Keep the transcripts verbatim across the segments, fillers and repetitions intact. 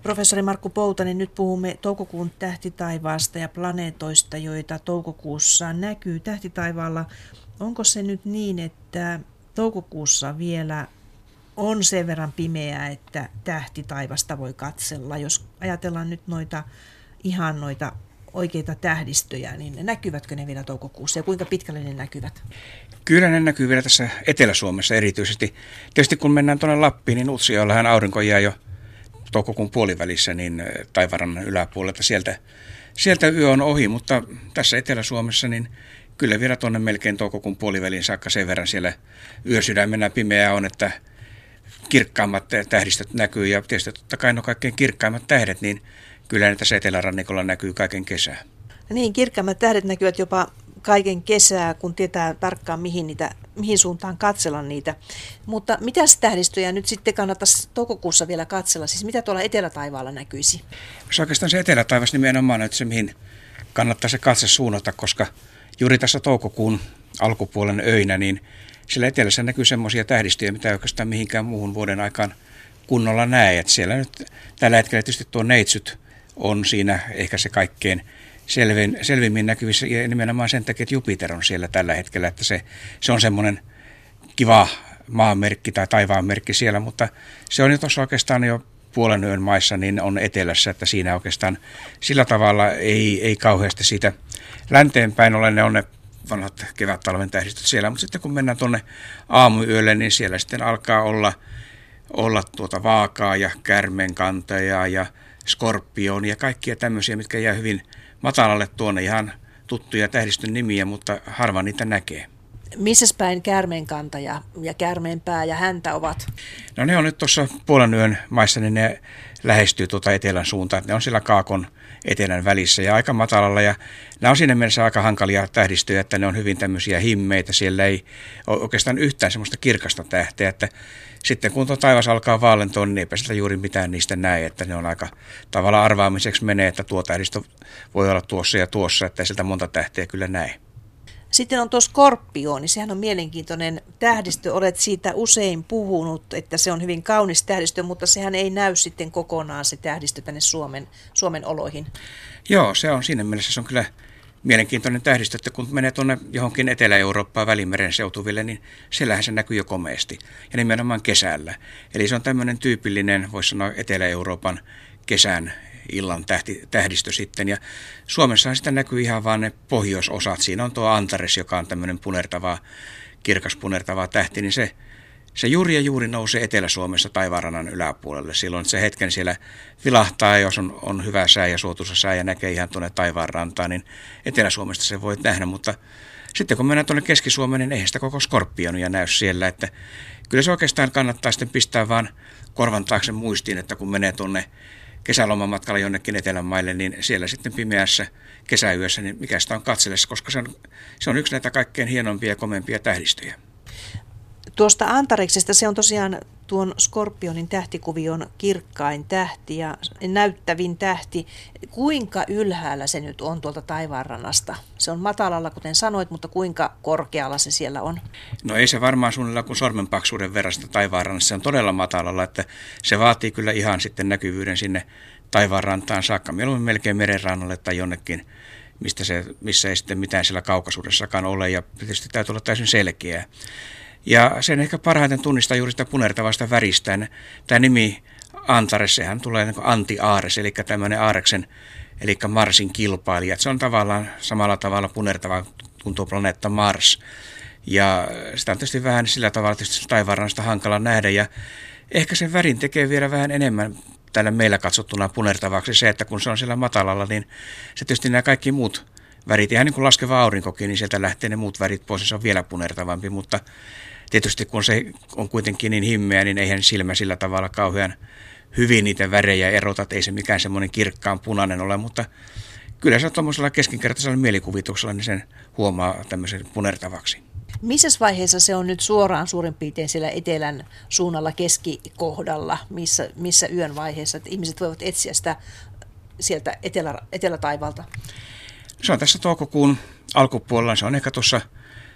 Professori Markku Poutanen, nyt puhumme toukokuun tähtitaivaasta ja planeetoista, joita toukokuussa näkyy tähtitaivaalla. Onko se nyt niin, että toukokuussa vielä on sen verran pimeää, että tähtitaivasta voi katsella? Jos ajatellaan nyt noita ihan noita oikeita tähdistöjä, niin näkyvätkö ne vielä toukokuussa ja kuinka pitkälle ne näkyvät? Kyllä ne näkyy vielä tässä Etelä-Suomessa erityisesti. Tietysti kun mennään tuonne Lappiin, niin Utsjoellahan aurinko jää jo toukokuun puolivälissä niin taivaanrannan yläpuolelta. Sieltä, sieltä yö on ohi, mutta tässä Etelä-Suomessa niin kyllä vielä tuonne melkein toukokuun puoliväliin saakka sen verran siellä yösydämenä pimeää on, että kirkkaammat tähdistöt näkyy. Ja tietysti totta kai no kaikkein kirkkaimmat tähdet, niin kyllä ne tässä etelärannikolla näkyy kaiken kesää. Niin, kirkkaimmat tähdet näkyvät jopa kaiken kesää, kun tietää tarkkaan, mihin, niitä, mihin suuntaan katsella niitä. Mutta mitäs tähdistöjä nyt sitten kannattaisi toukokuussa vielä katsella? Siis mitä tuolla etelätaivaalla näkyisi? Se oikeastaan se etelätaivas nimenomaan, että se mihin kannattaa se katse suunnata, koska juuri tässä toukokuun alkupuolen öinä, niin siellä etelässä näkyy semmoisia tähdistöjä, mitä ei oikeastaan mihinkään muuhun vuoden aikaan kunnolla näe. Että siellä nyt tällä hetkellä tietysti tuo neitsyt on siinä ehkä se kaikkein selvin, selvimmin näkyvissä, ja nimenomaan sen takia, että Jupiter on siellä tällä hetkellä, että se, se on semmoinen kiva maanmerkki tai taivaanmerkki siellä, mutta se on jo tuossa oikeastaan jo puolen yön maissa, niin on etelässä, että siinä oikeastaan sillä tavalla ei, ei kauheasti siitä länteenpäin ole, ne on ne vanhat kevät-talven tähdistöt siellä, mutta sitten kun mennään tuonne aamuyölle, niin siellä sitten alkaa olla, olla tuota vaakaa ja kärmenkantajaa ja skorpion ja kaikkia tämmöisiä, mitkä jää hyvin matalalle tuonne, ihan tuttuja tähdistön nimiä, mutta harva niitä näkee. Missäs päin käärmeenkantaja ja käärmeenpää ja häntä ovat? No ne on nyt tuossa puolen yön maissa, niin ne lähestyy tuota etelän suuntaan. Ne on siellä kaakon etelän välissä ja aika matalalla. Ja nämä on siinä mielessä aika hankalia tähdistöjä, että ne on hyvin tämmöisiä himmeitä. Siellä ei ole oikeastaan yhtään semmoista kirkasta tähteä, että sitten kun tuo taivas alkaa vaalentua, niin eipä sitä juuri mitään niistä näe, että ne on aika tavalla arvaamiseksi menee, että tuo tähdistö voi olla tuossa ja tuossa, että ei sieltä monta tähteä kyllä näe. Sitten on tuo skorpioni, sehän on mielenkiintoinen tähdistö. Olet siitä usein puhunut, että se on hyvin kaunis tähdistö, mutta sehän ei näy sitten kokonaan se tähdistö tänne Suomen, Suomen oloihin. Joo, se on siinä mielessä, se on kyllä mielenkiintoinen tähdistö, että kun menee tuonne johonkin Etelä-Eurooppaan Välimeren seutuville, niin siellähän se näkyy jo komeasti ja nimenomaan kesällä. Eli se on tämmöinen tyypillinen, voisi sanoa Etelä-Euroopan kesän illan tähti, tähdistö sitten. Ja Suomessahan sitä näkyy ihan vaan ne pohjoisosat. Siinä on tuo Antares, joka on tämmöinen punertava, kirkas punertava tähti, niin se, se juuri ja juuri nousee Etelä-Suomessa taivaanrannan yläpuolelle. Silloin se hetken siellä vilahtaa, jos on, on hyvä sää ja suotuisa sää ja näkee ihan tuonne taivaanrantaan, niin Etelä-Suomesta se voi nähdä, mutta sitten kun mennään tuonne Keski-Suomeen, niin eihän sitä koko skorpionia näy siellä, että kyllä se oikeastaan kannattaa sitten pistää vaan korvan taakse muistiin, että kun menee tuonne kesälomamatkalla jonnekin etelän maille, niin siellä sitten pimeässä kesäyössä, niin mikä sitä on katsellessa, koska se on, se on yksi näitä kaikkein hienompia ja komempia tähdistöjä. Tuosta Antareksesta se on tosiaan tuon Skorpionin tähtikuvion kirkkain tähti ja näyttävin tähti. Kuinka ylhäällä se nyt on tuolta taivaanrannasta? Se on matalalla, kuten sanoit, mutta kuinka korkealla se siellä on? No ei se varmaan suunnilleen kuin sormenpaksuuden verran sitä taivaanrannassa. Se on todella matalalla, että se vaatii kyllä ihan sitten näkyvyyden sinne taivaanrantaan saakka. Mieluummin melkein merenrannalle tai jonnekin, mistä se, missä ei sitten mitään siellä kaukaisuudessakaan ole. Ja tietysti täytyy olla täysin selkeää. Ja sen ehkä parhaiten tunnistaa juuri sitä punertavasta väristään. Tämä nimi Antares, sehän tulee niin kuin anti-Aares, eli tämmöinen Aareksen, eli Marsin kilpailija. Se on tavallaan samalla tavalla punertava kuin tuo planeetta Mars. Ja sitä on tietysti vähän sillä tavalla tietysti taivaanrannasta hankala nähdä. Ja ehkä sen värin tekee vielä vähän enemmän täällä meillä katsottuna punertavaksi se, että kun se on siellä matalalla, niin se tietysti nämä kaikki muut värit, ihan niin kuin laskeva aurinkokin, niin sieltä lähtee ne muut värit pois, ja se on vielä punertavampi, mutta tietysti kun se on kuitenkin niin himmeä, niin eihän silmä sillä tavalla kauhean hyvin niitä värejä erota, ei se mikään semmoinen kirkkaan punainen ole, mutta kyllä se on tuommoisella keskinkertaisella mielikuvituksella, niin sen huomaa tämmöisen punertavaksi. Missä vaiheessa se on nyt suoraan suurin piirtein siellä etelän suunnalla keskikohdalla, missä, missä yön vaiheessa, että ihmiset voivat etsiä sitä sieltä etelä, etelätaivalta? Se on tässä toukokuun alkupuolella, se on ehkä tuossa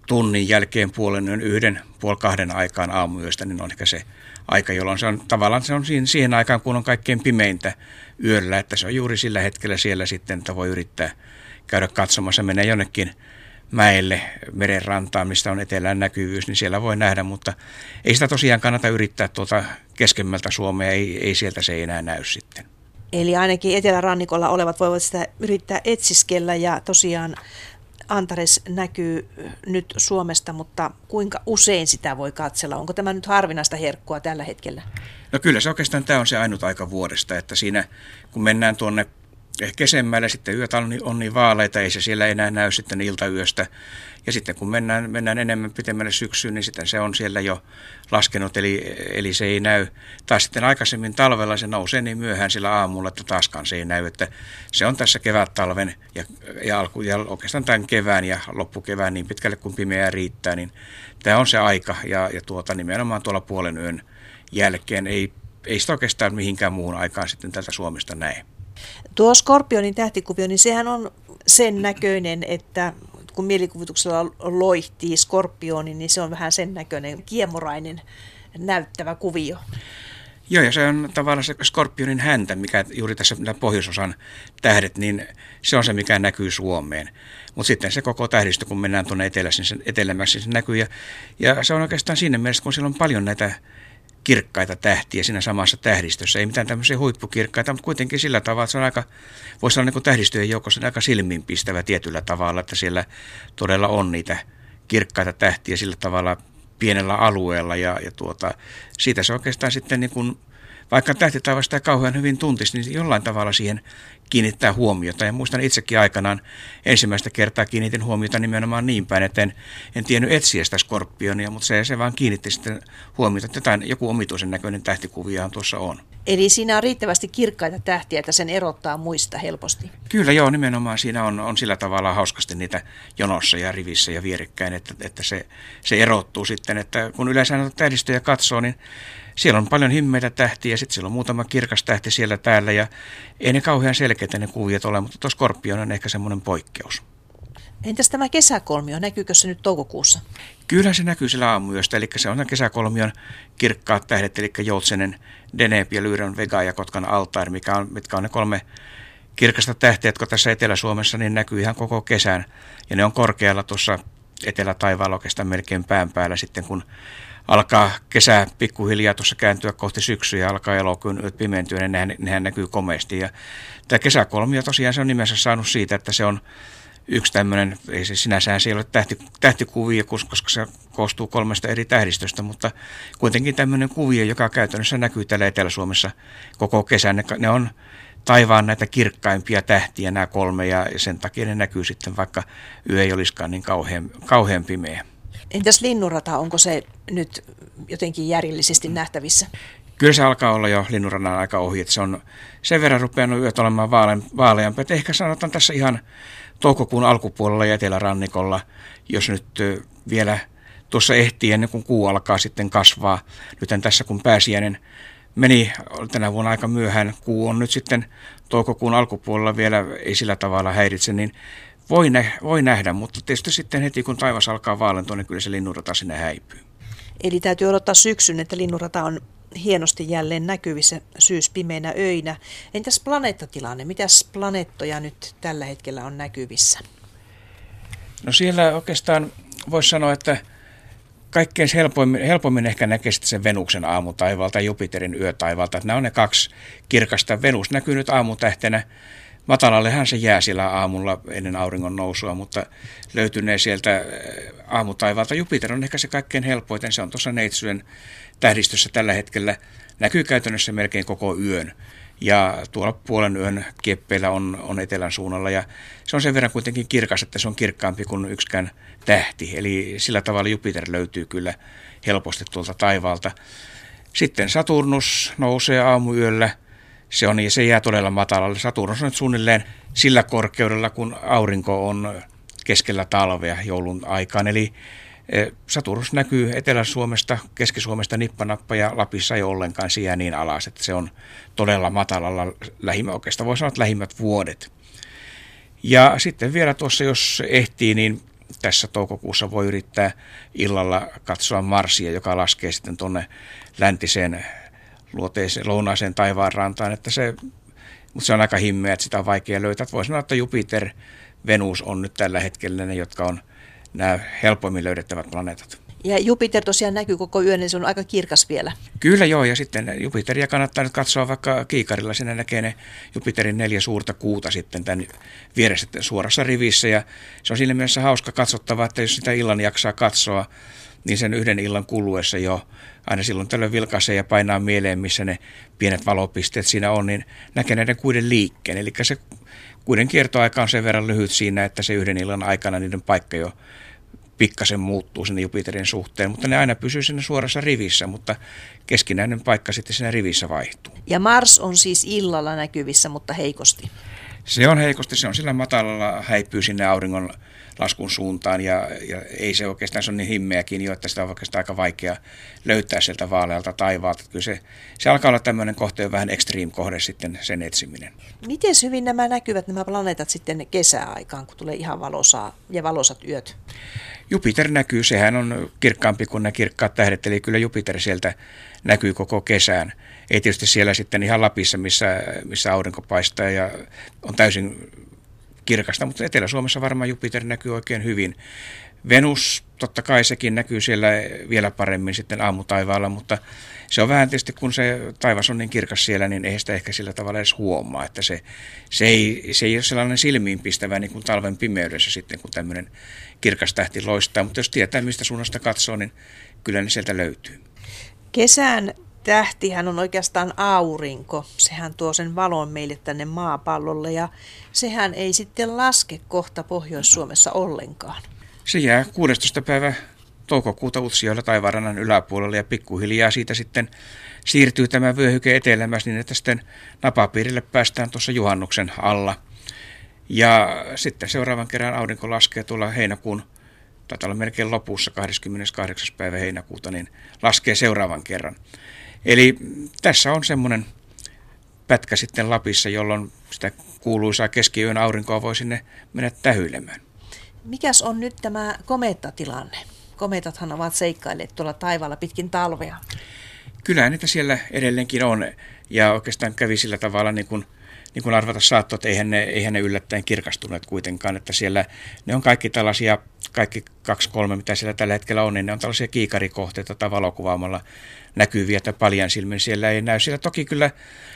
tunnin jälkeen puolen yön yhden, puoli kahden aikaan aamuyöstä, niin on ehkä se aika, jolloin se on tavallaan se on siihen, siihen aikaan, kun on kaikkein pimeintä yöllä, että se on juuri sillä hetkellä siellä sitten, että voi yrittää käydä katsomassa, menee jonnekin mäelle, meren rantaan, mistä on etelään näkyvyys, niin siellä voi nähdä, mutta ei sitä tosiaan kannata yrittää tuota keskemmältä Suomea, ei, ei sieltä se ei enää näy sitten. Eli ainakin etelärannikolla olevat voivat sitä yrittää etsiskellä ja tosiaan Antares näkyy nyt Suomesta, mutta kuinka usein sitä voi katsella? Onko tämä nyt harvinaista herkkua tällä hetkellä? No kyllä se oikeastaan tämä on se ainut aika vuodesta, että siinä kun mennään tuonne kesemmälle, sitten yöt on niin, on niin vaaleita, ei se siellä enää näy sitten iltayöstä. Ja sitten kun mennään, mennään enemmän pitemmälle syksyyn, niin sitten se on siellä jo laskenut, eli, eli se ei näy. Taas sitten aikaisemmin talvella se nousee niin myöhään sillä aamulla, että taaskaan se ei näy. Että se on tässä kevät-talven ja, ja, alku, ja oikeastaan tämän kevään ja loppukevään niin pitkälle kuin pimeää riittää, niin tämä on se aika. Ja, ja tuota, nimenomaan tuolla puolen yön jälkeen ei, ei sitä oikeastaan mihinkään muuhun aikaan sitten tältä Suomesta näe. Tuo Skorpionin tähtikuvio, niin sehän on sen näköinen, että kun mielikuvituksella loihtii Skorpioni, niin se on vähän sen näköinen kiemorainen näyttävä kuvio. Joo, ja se on tavallaan se Skorpionin häntä, mikä juuri tässä pohjoisosan tähdet, niin se on se, mikä näkyy Suomeen. Mutta sitten se koko tähdistö, kun mennään tuonne etelämmäksi, se näkyy. Ja, ja se on oikeastaan siinä mielessä, kun siellä on paljon näitä kirkkaita tähtiä siinä samassa tähdistössä. Ei mitään tämmöisiä huippukirkkaita, mutta kuitenkin sillä tavalla, että se on aika, voisi olla niin kuin tähdistöjen joukossa aika silmiinpistävä tietyllä tavalla, että siellä todella on niitä kirkkaita tähtiä sillä tavalla pienellä alueella. Ja, ja tuota, siitä se oikeastaan sitten, niin kuin, vaikka tähtitaivasta ei kauhean hyvin tuntisi, niin jollain tavalla siihen kiinnittää huomiota. Ja muistan itsekin aikanaan ensimmäistä kertaa kiinnitin huomiota nimenomaan niin päin, että en, en tiennyt etsiä sitä Skorpionia, mutta se, se vaan kiinnitti sitten huomiota, että jotain, joku omituisen näköinen tähtikuviahan tuossa on. Eli siinä on riittävästi kirkkaita tähtiä, että sen erottaa muista helposti. Kyllä joo, nimenomaan siinä on, on sillä tavalla hauskasti niitä jonossa ja rivissä ja vierekkäin, että, että se, se erottuu sitten, että kun yleensä näitä tähdistöjä katsoo, niin siellä on paljon himmeitä tähtiä ja sitten siellä on muutama kirkas tähti siellä täällä ja ei ne kauhean selkeitä ne kuviot ole, mutta tuo Skorpion on ehkä semmoinen poikkeus. Entäs tämä kesäkolmio, näkyykö se nyt toukokuussa? Kyllä se näkyy sillä aamuyöstä, eli se on kesäkolmion kirkkaat tähdet, eli Joutsenen, Deneb ja Lyron, Vega ja Kotkan Altair, mikä on, mitkä on ne kolme kirkasta tähteä, jotka tässä Etelä-Suomessa niin näkyy ihan koko kesän. Ja ne on korkealla tuossa etelätaivaalla oikeastaan melkein pään päällä sitten, kun alkaa kesä pikkuhiljaa tuossa kääntyä kohti syksyä ja alkaa elokuun yöt pimentyä, niin nehän, nehän näkyy komeasti. Ja tämä kesäkolmio tosiaan se on nimensä saanut siitä, että se on yksi tämmöinen, ei se sinänsä se ei ole tähti, tähtikuvio, koska se koostuu kolmesta eri tähdistöstä, mutta kuitenkin tämmöinen kuvio, joka käytännössä näkyy täällä Etelä-Suomessa koko kesän. Ne, ne on taivaan näitä kirkkaimpia tähtiä nämä kolme ja sen takia ne näkyy sitten, vaikka yö ei olisikaan niin kauhean, kauhean pimeä. Entäs linnunrata, onko se nyt jotenkin järjellisesti nähtävissä? Kyllä se alkaa olla jo linnunradan aika ohi, että se on sen verran rupeanut yöt olemaan vaalean, vaaleampi, että ehkä sanotaan tässä ihan toukokuun alkupuolella ja etelärannikolla, jos nyt vielä tuossa ehtii ennen kuin kuu alkaa sitten kasvaa. Nythän tässä kun pääsiäinen meni tänä vuonna aika myöhään, kuu on nyt sitten toukokuun alkupuolella vielä ei sillä tavalla häiritse, niin voi, nä- voi nähdä, mutta tietysti sitten heti kun taivas alkaa vaalentua, niin kyllä se linnunrata sinne häipyy. Eli täytyy odottaa syksyn, että linnunrata on hienosti jälleen näkyvissä syyspimeinä öinä. Entäs planeettatilanne? Mitäs planeettoja nyt tällä hetkellä on näkyvissä? No siellä oikeastaan voisi sanoa, että kaikkein helpoimmin, helpoimmin ehkä näkee sitten sen Venuksen aamutaivalta ja Jupiterin yötaivalta. Nämä on ne kaksi kirkasta. Venus näkyy nyt aamutähtenä. Matalallehan se jää sillä aamulla ennen auringon nousua, mutta löytynee sieltä aamutaivalta. Jupiter on ehkä se kaikkein helpoiten. Se on tuossa Neitsyön tähdistössä tällä hetkellä. Näkyy käytännössä melkein koko yön. Ja tuolla puolen yön kieppeillä on, on etelän suunnalla. Ja se on sen verran kuitenkin kirkas, että se on kirkkaampi kuin yksikään tähti. Eli sillä tavalla Jupiter löytyy kyllä helposti tuolta taivaalta. Sitten Saturnus nousee aamuyöllä. Se on, ja se jää todella matalalle. Saturnus on nyt suunnilleen sillä korkeudella, kun aurinko on keskellä talvea joulun aikaan. Eli Saturnus näkyy Etelä-Suomesta, Keski-Suomesta nippanappa ja Lapissa ei ollenkaan, se jää niin alas, että se on todella matalalla, lähimmä, oikeastaan voi sanoa, että lähimmät vuodet. Ja sitten vielä tuossa, jos ehtii, niin tässä toukokuussa voi yrittää illalla katsoa Marsia, joka laskee sitten tuonne läntiseen luoteiseen, lounaiseen taivaanrantaan, että se, mutta se on aika himmeä, että sitä on vaikea löytää. Voisi sanoa, että Jupiter, Venus on nyt tällä hetkellä ne, jotka on nämä helpoimmin löydettävät planeetat. Ja Jupiter tosiaan näkyy koko yön, niin se on aika kirkas vielä. Kyllä joo, ja sitten Jupiteria kannattaa nyt katsoa vaikka kiikarilla. Siinä näkee ne Jupiterin neljä suurta kuuta sitten tämän vieressä suorassa rivissä. Ja se on siinä mielessä hauska katsottava, että jos sitä illan jaksaa katsoa, niin sen yhden illan kuluessa jo aina silloin tällöin vilkaisee ja painaa mieleen, missä ne pienet valopisteet siinä on, niin näkee näiden kuiden liikkeen. Eli se kuiden kiertoaika on sen verran lyhyt siinä, että se yhden illan aikana niiden paikka jo pikkasen muuttuu sinne Jupiterin suhteen, mutta ne aina pysyy sinne suorassa rivissä, mutta keskinäinen paikka sitten siinä rivissä vaihtuu. Ja Mars on siis illalla näkyvissä, mutta heikosti. Se on heikosti, se on sillä matalalla, häipyy sinne auringon laskun suuntaan ja, ja ei se oikeastaan, se on niin himmeäkin jo, että sitä on oikeastaan aika vaikea löytää sieltä vaalealta taivaalta. Kyllä se, se alkaa olla tämmöinen kohta jo vähän extreme kohde sitten sen etsiminen. Miten hyvin nämä näkyvät nämä planeetat sitten kesäaikaan, kun tulee ihan valosaa ja valosat yöt? Jupiter näkyy, sehän on kirkkaampi kuin nämä kirkkaat tähdet, eli kyllä Jupiter sieltä näkyy koko kesään. Ei tietysti siellä sitten ihan Lapissa, missä, missä aurinko paistaa ja on täysin kirkasta, mutta Etelä-Suomessa varmaan Jupiter näkyy oikein hyvin. Venus, totta kai sekin näkyy siellä vielä paremmin sitten aamutaivaalla, mutta se on vähän tietysti, kun se taivas on niin kirkas siellä, niin ei sitä ehkä sillä tavalla edes huomaa, että se, se, ei, se ei ole sellainen silmiinpistävä niin kuin talven pimeydessä sitten, kun tämmöinen kirkas tähti loistaa, mutta jos tietää, mistä suunnasta katsoo, niin kyllä ne sieltä löytyy. Kesän tähtihän on oikeastaan aurinko. Sehän tuo sen valon meille tänne maapallolle ja sehän ei sitten laske kohta Pohjois-Suomessa ollenkaan. Se jää kuudestoista päivä toukokuuta Utsjoella taivaanrannan yläpuolelle ja pikkuhiljaa siitä sitten siirtyy tämä vyöhyke etelämässä niin, että sitten napapiirille päästään tuossa juhannuksen alla. Ja sitten seuraavan kerran aurinko laskee tuolla heinäkuun, taitaa olla melkein lopussa kahdeskymmeneskahdeksas päivä heinäkuuta, niin laskee seuraavan kerran. Eli tässä on semmoinen pätkä sitten Lapissa, jolloin sitä kuuluisaa keskiyön aurinkoa voi sinne mennä tähyilemään. Mikäs on nyt tämä komeettatilanne? Komeetathan ovat seikkailleet tuolla taivaalla pitkin talvea. Kyllä niitä siellä edelleenkin on ja oikeastaan kävi sillä tavalla niin kuin, niin kuin arvata saattoi, että eihän ne, eihän ne yllättäen kirkastuneet kuitenkaan, että siellä ne on kaikki tällaisia, kaikki kaksi kolme mitä siellä tällä hetkellä on, niin ne on tällaisia kiikarikohteita tai valokuvaamalla näkyviä tai paljan silmin siellä ei näy. Siellä toki kyllä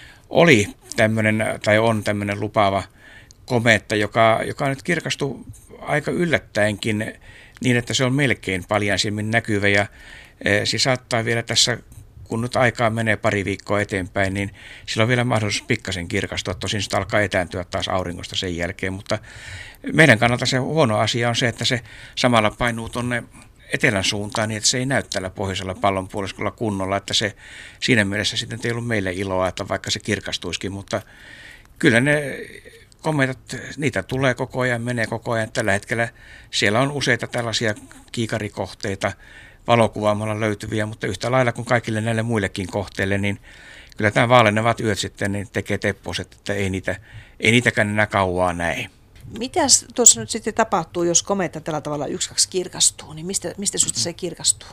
oli tämmöinen tai on tämmöinen lupaava komeetta, joka, joka nyt kirkastui aika yllättäenkin niin, että se on melkein paljan silmin näkyvä ja e, se saattaa vielä tässä, kun nyt aikaa menee pari viikkoa eteenpäin, niin sillä on vielä mahdollisuus pikkasen kirkastua. Tosin sitä alkaa etääntyä taas auringosta sen jälkeen, mutta meidän kannalta se huono asia on se, että se samalla painuu tuonne etelän suuntaan niin, että se ei näy tällä pohjoisella pallonpuoliskolla kunnolla, että se siinä mielessä sitten ei ollut meille iloa, että vaikka se kirkastuisikin, mutta kyllä ne komeetat, niitä tulee koko ajan, menee koko ajan. Tällä hetkellä siellä on useita tällaisia kiikarikohteita valokuvaamalla löytyviä, mutta yhtä lailla kuin kaikille näille muillekin kohteille, niin kyllä tämä vaalenevat yöt sitten niin tekee tepposet, että ei, niitä, ei niitäkään enää kauaa näe. Mitäs tuossa nyt sitten tapahtuu, jos komeetta tällä tavalla yksi kaksi kirkastuu, niin mistä, mistä syystä se kirkastuu?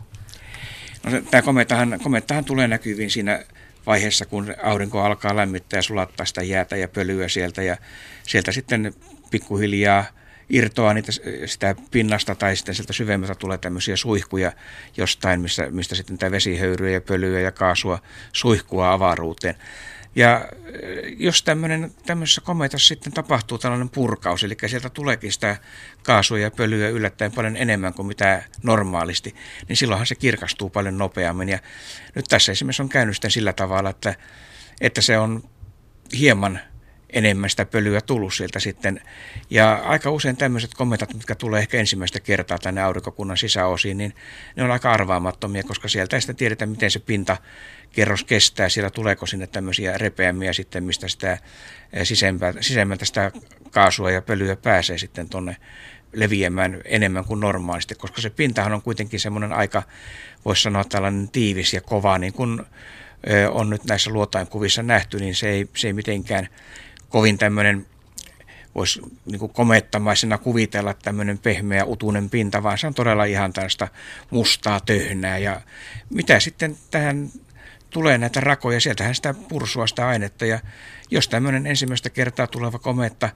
No, tämä komeettahan, komeettahan tulee näkyviin siinä vaiheessa, kun aurinko alkaa lämmittää ja sulattaa sitä jäätä ja pölyä sieltä ja sieltä sitten pikkuhiljaa irtoaa niitä, sitä pinnasta tai sitten sieltä syvemmältä tulee tämmöisiä suihkuja jostain, mistä, mistä sitten tämä vesihöyryä ja pölyä ja kaasua suihkua avaruuteen. Ja jos tämmöinen, tämmöisessä komeetassa sitten tapahtuu tällainen purkaus, eli sieltä tuleekin sitä kaasua ja pölyä yllättäen paljon enemmän kuin mitä normaalisti, niin silloinhan se kirkastuu paljon nopeammin. Ja nyt tässä esimerkiksi on käynyt sitten sillä tavalla, että, että se on hieman enemmän sitä pölyä tullut sieltä sitten. Ja aika usein tämmöiset komeetat, mitkä tulee ehkä ensimmäistä kertaa tänne aurinkokunnan sisäosiin, niin ne on aika arvaamattomia, koska sieltä ei sitten tiedetä, miten se pintakerros kestää. Siellä tuleeko sinne tämmöisiä repeämiä sitten, mistä sitä sisemmältä sitä kaasua ja pölyä pääsee sitten tuonne leviämään enemmän kuin normaalisti, koska se pintahan on kuitenkin semmoinen aika, voisi sanoa tällainen tiivis ja kova, niin kuin on nyt näissä luotainkuvissa nähty, niin se ei, se ei mitenkään kovin tämmöinen voisi niin kuin komettamaisena kuvitella tämmöinen pehmeä utunen pinta, vaan se on todella ihan tällaista mustaa töhnää. Ja mitä sitten tähän tulee näitä rakoja, sieltähän sitä pursua sitä ainetta, ja jos tämmöinen ensimmäistä kertaa tuleva kometta,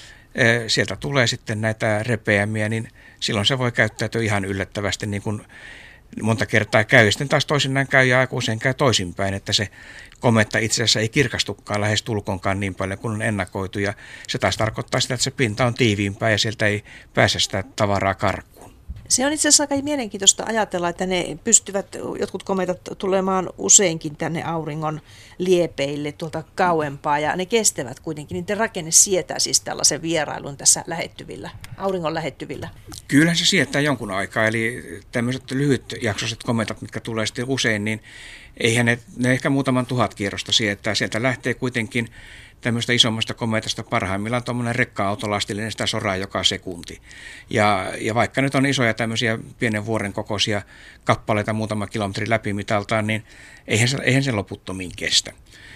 sieltä tulee sitten näitä repeämiä, niin silloin se voi käyttäytyä ihan yllättävästi, niin kuin monta kertaa käy. Sitten taas toisinaan käy ja aika usein käy toisinpäin, että se kometta itse asiassa ei kirkastukaan lähes tulkonkaan niin paljon kuin on ennakoitu. Ja se taas tarkoittaa sitä, että se pinta on tiiviimpää ja sieltä ei pääse sitä tavaraa karkuun. Se on itse asiassa aika mielenkiintoista ajatella, että ne pystyvät jotkut kometat tulemaan useinkin tänne auringon liepeille tuolta kauempaa, ja ne kestävät kuitenkin. Niiden rakenne sietää siis tällaisen vierailun tässä lähettyvillä, auringon lähettyvillä. Kyllä se sietää jonkun aikaa, eli tämmöiset lyhytjaksoiset kometat, mitkä tulee sitten usein, niin eihän ne, ne ehkä muutaman tuhat kierrosta sietää. Sieltä lähtee kuitenkin tämmöistä isommasta kometasta parhaimmillaan tuommoinen rekka-autolastillinen sitä soraa joka sekunti. Ja, ja vaikka nyt on isoja tämmöisiä pienen vuoren kokoisia kappaleita muutama kilometri läpimitaltaan, niin eihän se, eihän se loputtomiin kestä.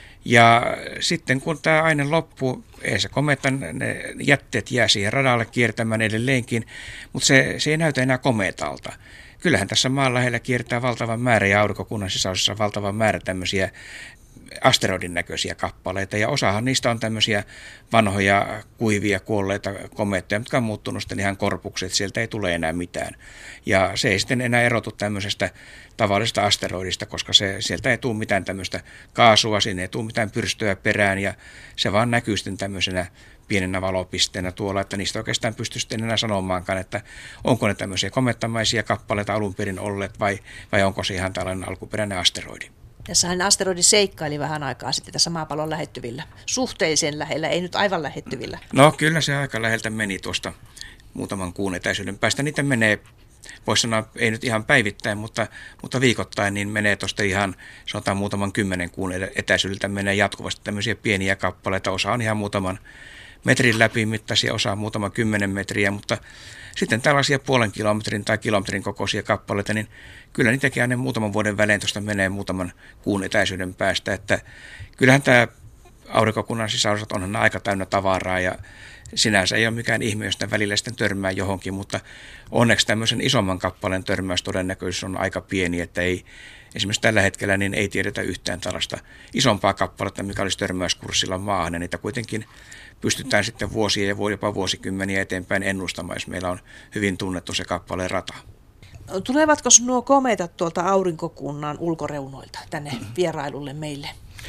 Ja sitten kun tämä aine loppuu, ei se kometa, ne jätteet jää siihen radalle kiertämään edelleenkin, mutta se, se ei näytä enää kometalta. Kyllähän tässä maan lähellä kiertää valtavan määrä ja aurinkokunnan sisäosassa valtavan määrä tämmöisiä asteroidin näköisiä kappaleita, ja osahan niistä on tämmöisiä vanhoja, kuivia, kuolleita komeettoja, jotka on muuttunut sitten ihan korpuksi, että sieltä ei tule enää mitään. Ja se ei sitten enää erotu tämmöisestä tavallisesta asteroidista, koska se, sieltä ei tule mitään tämmöistä kaasua, sinne ei tule mitään pyrstöä perään, ja se vaan näkyy sitten tämmöisenä pienenä valopisteenä tuolla, että niistä oikeastaan pystyy sitten enää sanomaankaan, että onko ne tämmöisiä komettamaisia kappaleita alun perin olleet, vai, vai onko se ihan tällainen alkuperäinen asteroidi. Tässähän asteroidi seikkaili vähän aikaa sitten tässä maapallon lähettyvillä. Suhteellisen lähellä, ei nyt aivan lähettyvillä. No kyllä se aika läheltä meni tuosta muutaman kuun etäisyyden päästä. Niitä menee, voisi sanoa, ei nyt ihan päivittäin, mutta, mutta viikoittain, niin menee tuosta ihan, sanotaan muutaman kymmenen kuun etäisyydeltä menee jatkuvasti tämmöisiä pieniä kappaleita. Osa on ihan muutaman metrin läpimittaisia, osa on muutama kymmenen metriä, mutta sitten tällaisia puolen kilometrin tai kilometrin kokoisia kappaleita, niin kyllä niitäkin aina muutaman vuoden välein tuosta menee muutaman kuun etäisyyden päästä, että kyllähän tämä aurinkokunnan sisäosat onhan aika täynnä tavaraa, ja sinänsä ei ole mikään ihme, jos ne välillä sitten törmää johonkin, mutta onneksi tämmöisen isomman kappaleen törmäystodennäköisyys on aika pieni, että ei, esimerkiksi tällä hetkellä niin ei tiedetä yhtään tällaista isompaa kappaletta, mikä olisi törmäyskurssilla maahan, ja niitä kuitenkin pystytään sitten vuosia ja jopa vuosikymmeniä eteenpäin ennustamaan, jos meillä on hyvin tunnettu se kappaleen rata. Tulevatko nuo kometat tuolta aurinkokunnan ulkoreunoilta tänne vierailulle meille?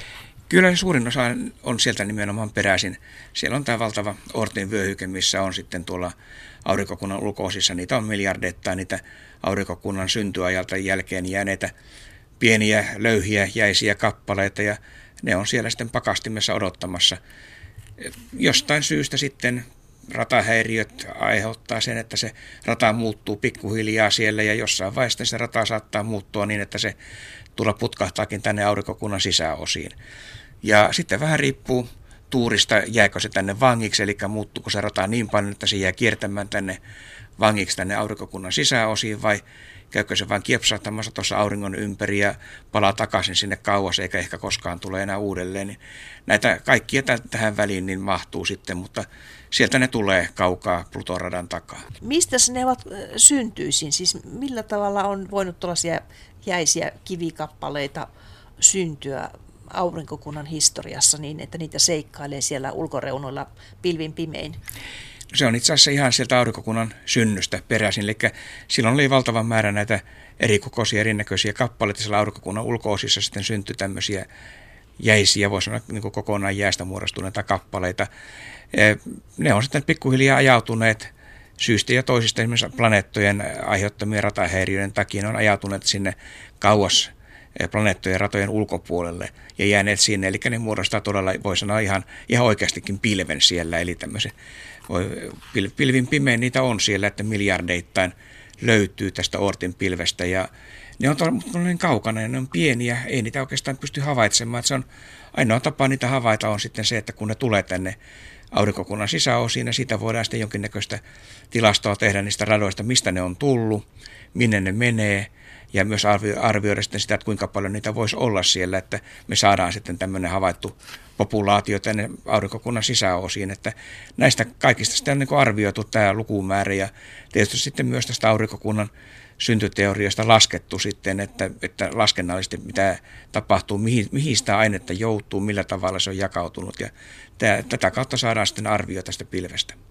Kyllä suurin osa on sieltä nimenomaan peräisin. Siellä on tämä valtava Oortin vyöhyke, missä on sitten tuolla aurinkokunnan ulko-osissa. Niitä on miljardeittain niitä aurinkokunnan syntyajalta jälkeen jääneitä pieniä, löyhiä, jäisiä kappaleita, ja ne on siellä sitten pakastimessa odottamassa. Jostain syystä sitten ratahäiriöt aiheuttaa sen, että se rata muuttuu pikkuhiljaa siellä, ja jossain vaiheessa se rata saattaa muuttua niin, että se tulla putkahtaakin tänne aurinkokunnan sisäosiin. Ja sitten vähän riippuu tuurista, jääkö se tänne vangiksi, eli muuttuuko se rata niin paljon, että se jää kiertämään tänne vangiksi tänne aurinkokunnan sisäosiin, vai käykö se vain kiepsahtamassa tuossa auringon ympäri ja palaa takaisin sinne kauas, eikä ehkä koskaan tule enää uudelleen. Niin näitä kaikkia tähän väliin niin mahtuu sitten, mutta sieltä ne tulee kaukaa Pluton radan takaa. Mistä ne ovat syntyisin? Siis millä tavalla on voinut tällaisia jäisiä kivikappaleita syntyä aurinkokunnan historiassa niin, että niitä seikkailee siellä ulkoreunoilla pilvin pimein? Se on itse asiassa ihan sieltä aurinkokunnan synnystä peräisin, eli silloin oli valtavan määrä näitä erikokoisia, erinäköisiä kappaleita siellä aurinkokunnan ulko-osissa, sitten syntyi tämmöisiä jäisiä, voisi sanoa niin kuin kokonaan jäästä muodostuneita kappaleita. Ne on sitten pikkuhiljaa ajautuneet syystä ja toisista, esimerkiksi planeettojen aiheuttamien ratahäiriöiden takia, ne on ajautuneet sinne kauas planeettojen ratojen ulkopuolelle ja jääneet sinne, eli ne muodostaa todella, voi sanoa ihan, ihan oikeastikin pilven siellä, eli tämmöisen pilvin pimein niitä on siellä, että miljardeittain löytyy tästä Oortin pilvestä, ja ne on todella niin kaukana ja ne on pieniä, ei niitä oikeastaan pysty havaitsemaan, että se on ainoa tapa niitä havaita on sitten se, että kun ne tulee tänne aurinkokunnan sisäosiin, ja siitä voidaan sitten jonkinnäköistä tilastoa tehdä niistä radoista, mistä ne on tullut, minne ne menee, ja myös arvioida sitten sitä, että kuinka paljon niitä voisi olla siellä, että me saadaan sitten tämmöinen havaittu populaatio tänne aurinkokunnan sisäosiin, että näistä kaikista sitten on niin kuin arvioitu tämä lukumäärä ja tietysti sitten myös tästä aurinkokunnan syntyteoriasta laskettu sitten, että, että laskennallisesti mitä tapahtuu, mihin, mihin sitä ainetta joutuu, millä tavalla se on jakautunut ja tämä, tätä kautta saadaan sitten arvio tästä pilvestä.